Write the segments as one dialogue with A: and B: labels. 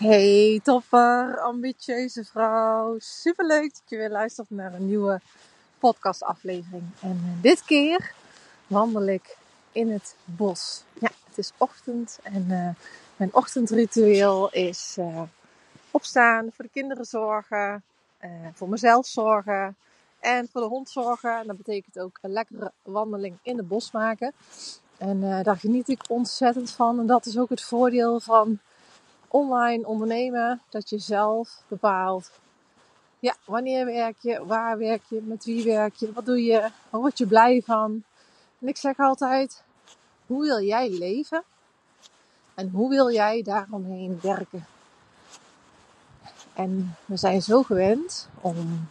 A: Hey topper, ambitieuze vrouw. Superleuk dat je weer luistert naar een nieuwe podcastaflevering. En dit keer wandel ik in het bos. Ja, het is ochtend en mijn ochtendritueel is opstaan, voor de kinderen zorgen, voor mezelf zorgen en voor de hond zorgen. En dat betekent ook een lekkere wandeling in het bos maken. En daar geniet ik ontzettend van. En dat is ook het voordeel van online ondernemen, dat je zelf bepaalt, ja, wanneer werk je, waar werk je, met wie werk je, wat doe je, waar word je blij van. En ik zeg altijd, hoe wil jij leven en hoe wil jij daaromheen werken? En we zijn zo gewend om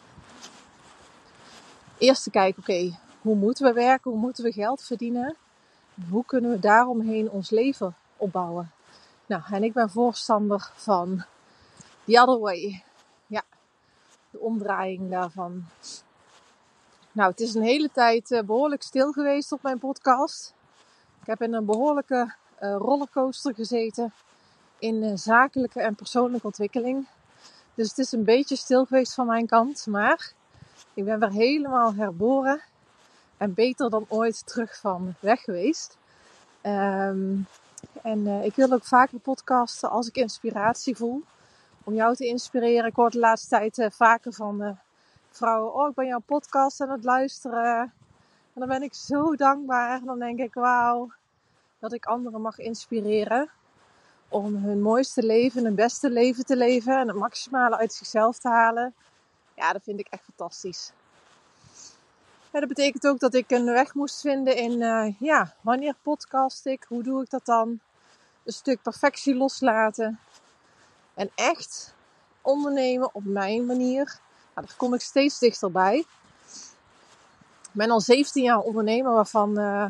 A: eerst te kijken, oké, hoe moeten we werken, hoe moeten we geld verdienen? Hoe kunnen we daaromheen ons leven opbouwen? Nou, en ik ben voorstander van the other way. Ja, de omdraaiing daarvan. Nou, het is een hele tijd behoorlijk stil geweest op mijn podcast. Ik heb in een behoorlijke rollercoaster gezeten in zakelijke en persoonlijke ontwikkeling. Dus het is een beetje stil geweest van mijn kant. Maar ik ben weer helemaal herboren en beter dan ooit terug van weg geweest. Ik wil ook vaker podcasten als ik inspiratie voel. Om jou te inspireren. Ik hoor de laatste tijd vaker van vrouwen. Oh, ik ben jouw podcast aan het luisteren. En dan ben ik zo dankbaar. En dan denk ik, wauw, dat ik anderen mag inspireren. Om hun mooiste leven, hun beste leven te leven. En het maximale uit zichzelf te halen. Ja, dat vind ik echt fantastisch. Ja, dat betekent ook dat ik een weg moest vinden in, wanneer podcast ik? Hoe doe ik dat dan? Een stuk perfectie loslaten. En echt ondernemen op mijn manier. Nou, daar kom ik steeds dichterbij. Ik ben al 17 jaar ondernemer, waarvan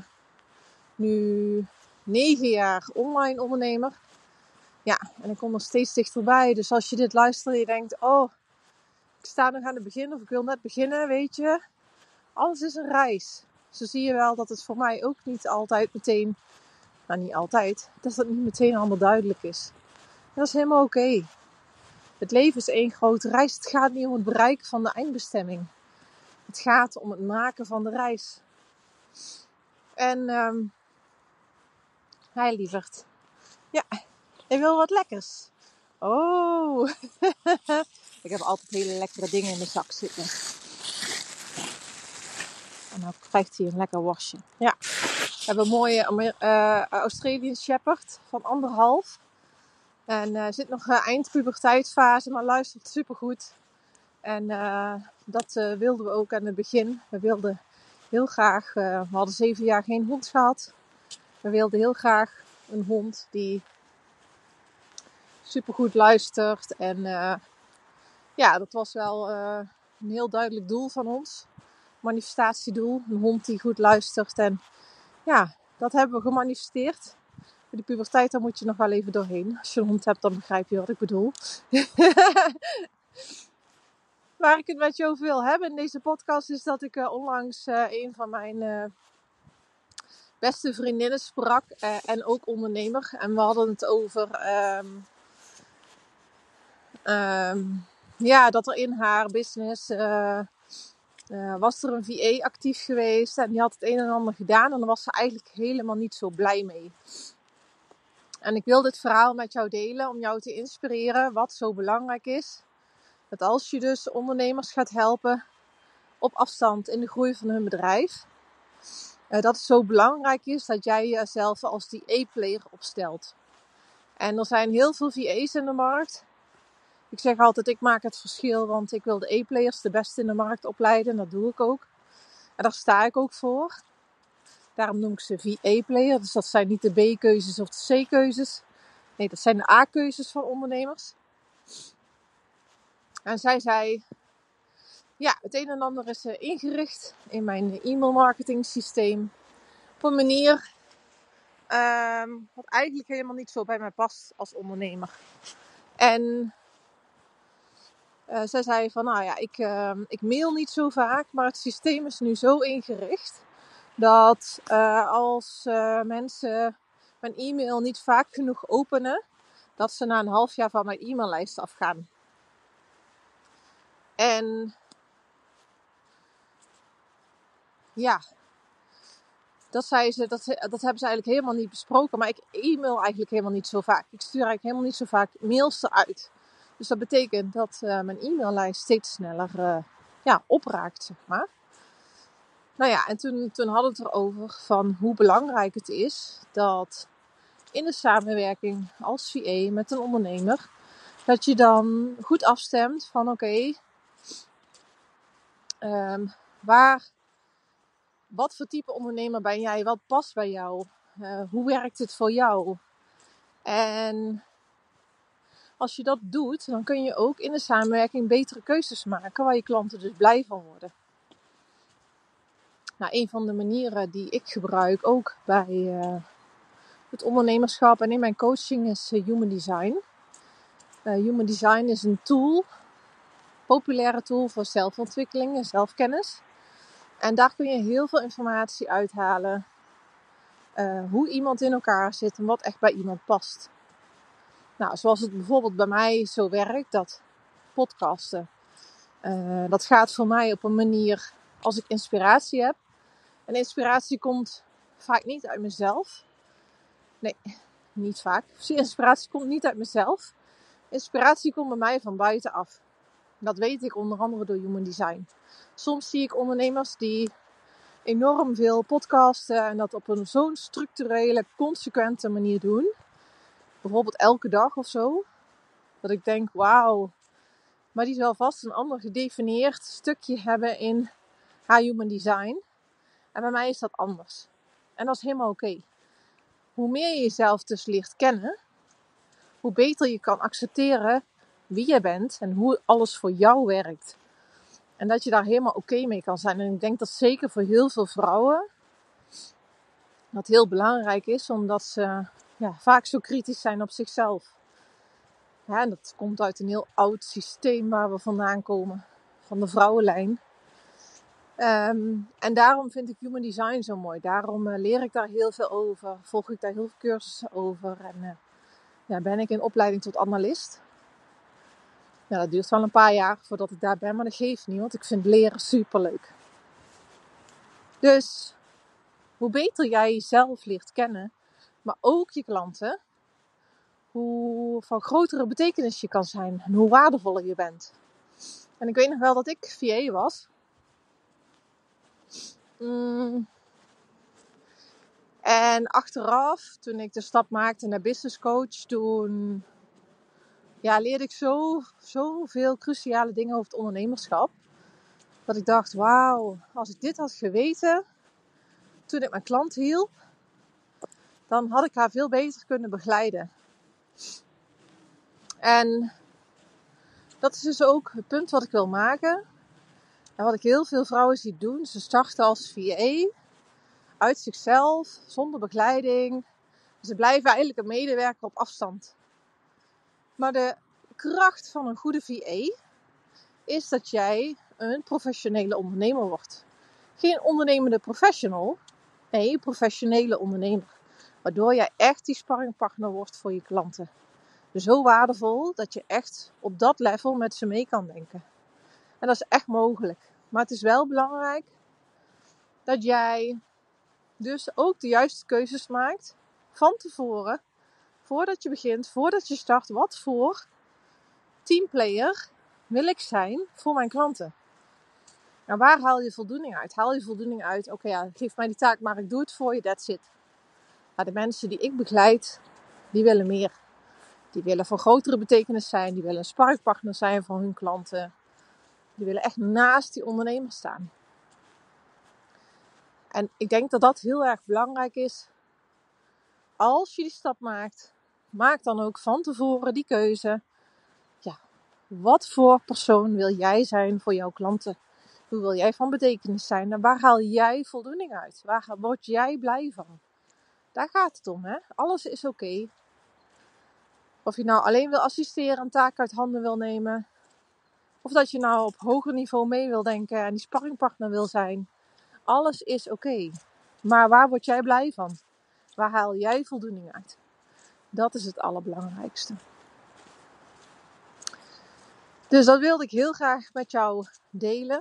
A: nu 9 jaar online ondernemer. Ja, en ik kom er steeds dichterbij. Dus als je dit luistert en je denkt, oh, ik sta nog aan het begin of ik wil net beginnen, weet je. Alles is een reis. Zo zie je wel dat het voor mij ook niet altijd meteen, nou niet altijd, dat het niet meteen allemaal duidelijk is. En dat is helemaal oké. Het leven is één grote reis. Het gaat niet om het bereiken van de eindbestemming. Het gaat om het maken van de reis. En, hi lieverd. Ja, je wil wat lekkers. Oh, ik heb altijd hele lekkere dingen in de zak zitten. En dan krijgt hij een lekker wasje. Ja, we hebben een mooie Australian Shepherd van 1,5. En zit nog eindpuberteitsfase, maar luistert supergoed. En dat wilden we ook aan het begin. We wilden heel graag, we hadden 7 jaar geen hond gehad. We wilden heel graag een hond die supergoed luistert. En dat was wel een heel duidelijk doel van ons. Manifestatiedoel. Een hond die goed luistert. En ja, dat hebben we gemanifesteerd. Voor de puberteit, daar moet je nog wel even doorheen. Als je een hond hebt, dan begrijp je wat ik bedoel. Waar ik het met je over wil hebben in deze podcast is dat ik onlangs een van mijn beste vriendinnen sprak. En ook ondernemer. En we hadden het over dat er in haar business was er een VA actief geweest. En die had het een en ander gedaan. En daar was ze eigenlijk helemaal niet zo blij mee. En ik wil dit verhaal met jou delen om jou te inspireren wat zo belangrijk is. Dat als je dus ondernemers gaat helpen op afstand in de groei van hun bedrijf. Dat het zo belangrijk is dat jij jezelf als die A-player opstelt. En er zijn heel veel VA's in de markt. Ik zeg altijd, ik maak het verschil, want ik wil de A-players de beste in de markt opleiden. En dat doe ik ook. En daar sta ik ook voor. Daarom noem ik ze VA-player. Dus dat zijn niet de B-keuzes of de C-keuzes. Nee, dat zijn de A-keuzes van ondernemers. En zij zei, ja, het een en ander is ingericht in mijn e-mail marketing systeem. Op een manier wat eigenlijk helemaal niet zo bij mij past als ondernemer. En zij zei van, nou ja, ik mail niet zo vaak, maar het systeem is nu zo ingericht dat als mensen mijn e-mail niet vaak genoeg openen, dat ze na een half jaar van mijn e-maillijst afgaan. En ja, dat zei ze, dat hebben ze eigenlijk helemaal niet besproken. Maar ik e-mail eigenlijk helemaal niet zo vaak. Ik stuur eigenlijk helemaal niet zo vaak mails eruit. Dus dat betekent dat mijn e-maillijst steeds sneller opraakt, zeg maar. Nou ja, en toen hadden we het erover van hoe belangrijk het is dat in de samenwerking als VA met een ondernemer, dat je dan goed afstemt van oké, wat voor type ondernemer ben jij? Wat past bij jou? Hoe werkt het voor jou? En als je dat doet, dan kun je ook in de samenwerking betere keuzes maken waar je klanten dus blij van worden. Nou, een van de manieren die ik gebruik ook bij het ondernemerschap en in mijn coaching is Human Design. Human Design is een tool, populaire tool voor zelfontwikkeling en zelfkennis. En daar kun je heel veel informatie uithalen. Hoe iemand in elkaar zit en wat echt bij iemand past. Nou, zoals het bijvoorbeeld bij mij zo werkt, dat podcasten. Dat gaat voor mij op een manier als ik inspiratie heb. En inspiratie komt vaak niet uit mezelf. Nee, niet vaak. Inspiratie komt niet uit mezelf. Inspiratie komt bij mij van buitenaf. Dat weet ik onder andere door Human Design. Soms zie ik ondernemers die enorm veel podcasten en dat op een zo'n structurele, consequente manier doen. Bijvoorbeeld elke dag of zo. Dat ik denk, wauw. Maar die zal vast een ander gedefinieerd stukje hebben in haar Human Design. En bij mij is dat anders. En dat is helemaal oké. Hoe meer je jezelf dus leert kennen, hoe beter je kan accepteren wie je bent en hoe alles voor jou werkt. En dat je daar helemaal oké mee kan zijn. En ik denk dat zeker voor heel veel vrouwen dat heel belangrijk is, omdat ze vaak zo kritisch zijn op zichzelf. Ja, en dat komt uit een heel oud systeem waar we vandaan komen, van de vrouwenlijn. En daarom vind ik Human Design zo mooi. Daarom leer ik daar heel veel over, volg ik daar heel veel cursussen over en ben ik in opleiding tot analist. Ja, dat duurt wel een paar jaar voordat ik daar ben, maar dat geeft niet, want ik vind leren superleuk. Dus hoe beter jij jezelf leert kennen, maar ook je klanten, hoe van grotere betekenis je kan zijn en hoe waardevoller je bent. En ik weet nog wel dat ik VA was. En achteraf, toen ik de stap maakte naar business coach, toen leerde ik zoveel cruciale dingen over het ondernemerschap. Dat ik dacht, wauw, als ik dit had geweten toen ik mijn klant hielp, dan had ik haar veel beter kunnen begeleiden. En dat is dus ook het punt wat ik wil maken. En wat ik heel veel vrouwen zie doen. Ze starten als VA, uit zichzelf, zonder begeleiding. Ze blijven eigenlijk een medewerker op afstand. Maar de kracht van een goede VA is dat jij een professionele ondernemer wordt. Geen ondernemende professional, nee, professionele ondernemer. Waardoor jij echt die sparringpartner wordt voor je klanten. Dus zo waardevol dat je echt op dat level met ze mee kan denken. En dat is echt mogelijk. Maar het is wel belangrijk dat jij dus ook de juiste keuzes maakt van tevoren. Voordat je begint, voordat je start. Wat voor teamplayer wil ik zijn voor mijn klanten? Nou, waar haal je voldoening uit? Haal je voldoening uit, geef mij die taak, maar ik doe het voor je, that's it. Maar de mensen die ik begeleid, die willen meer. Die willen van grotere betekenis zijn. Die willen een sparringpartner zijn van hun klanten. Die willen echt naast die ondernemer staan. En ik denk dat dat heel erg belangrijk is. Als je die stap maakt, maak dan ook van tevoren die keuze. Ja, wat voor persoon wil jij zijn voor jouw klanten? Hoe wil jij van betekenis zijn? En waar haal jij voldoening uit? Waar word jij blij van? Daar gaat het om, hè? Alles is oké. Of je nou alleen wil assisteren, een taak uit handen wil nemen. Of dat je nou op hoger niveau mee wil denken en die sparringpartner wil zijn. Alles is oké. Maar waar word jij blij van? Waar haal jij voldoening uit? Dat is het allerbelangrijkste. Dus dat wilde ik heel graag met jou delen.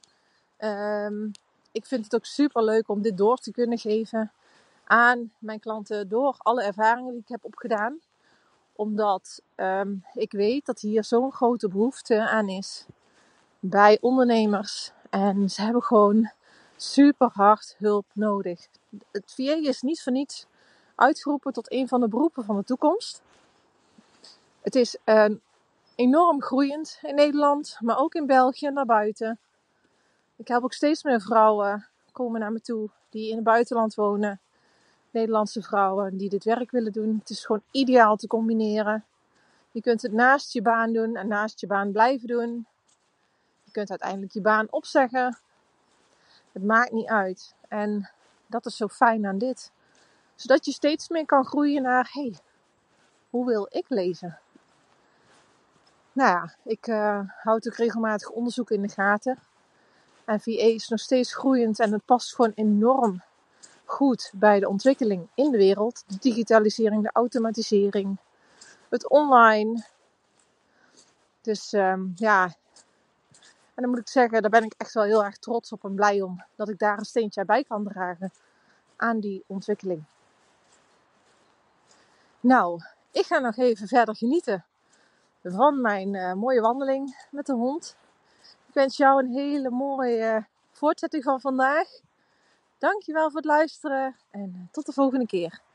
A: Ik vind het ook super leuk om dit door te kunnen geven aan mijn klanten door alle ervaringen die ik heb opgedaan. Omdat ik weet dat hier zo'n grote behoefte aan is bij ondernemers. En ze hebben gewoon super hard hulp nodig. Het VA is niet voor niets uitgeroepen tot een van de beroepen van de toekomst. Het is enorm groeiend in Nederland, maar ook in België en daarbuiten. Ik heb ook steeds meer vrouwen komen naar me toe die in het buitenland wonen. Nederlandse vrouwen die dit werk willen doen. Het is gewoon ideaal te combineren. Je kunt het naast je baan doen en naast je baan blijven doen. Je kunt uiteindelijk je baan opzeggen. Het maakt niet uit. En dat is zo fijn aan dit. Zodat je steeds meer kan groeien naar, hoe wil ik leven? Nou ja, ik houd ook regelmatig onderzoek in de gaten. En VA is nog steeds groeiend en het past gewoon enorm goed bij de ontwikkeling in de wereld. De digitalisering, de automatisering, het online. Dus ja, en dan moet ik zeggen, daar ben ik echt wel heel erg trots op en blij om. Dat ik daar een steentje bij kan dragen aan die ontwikkeling. Nou, ik ga nog even verder genieten van mijn mooie wandeling met de hond. Ik wens jou een hele mooie voortzetting van vandaag. Dankjewel voor het luisteren en tot de volgende keer.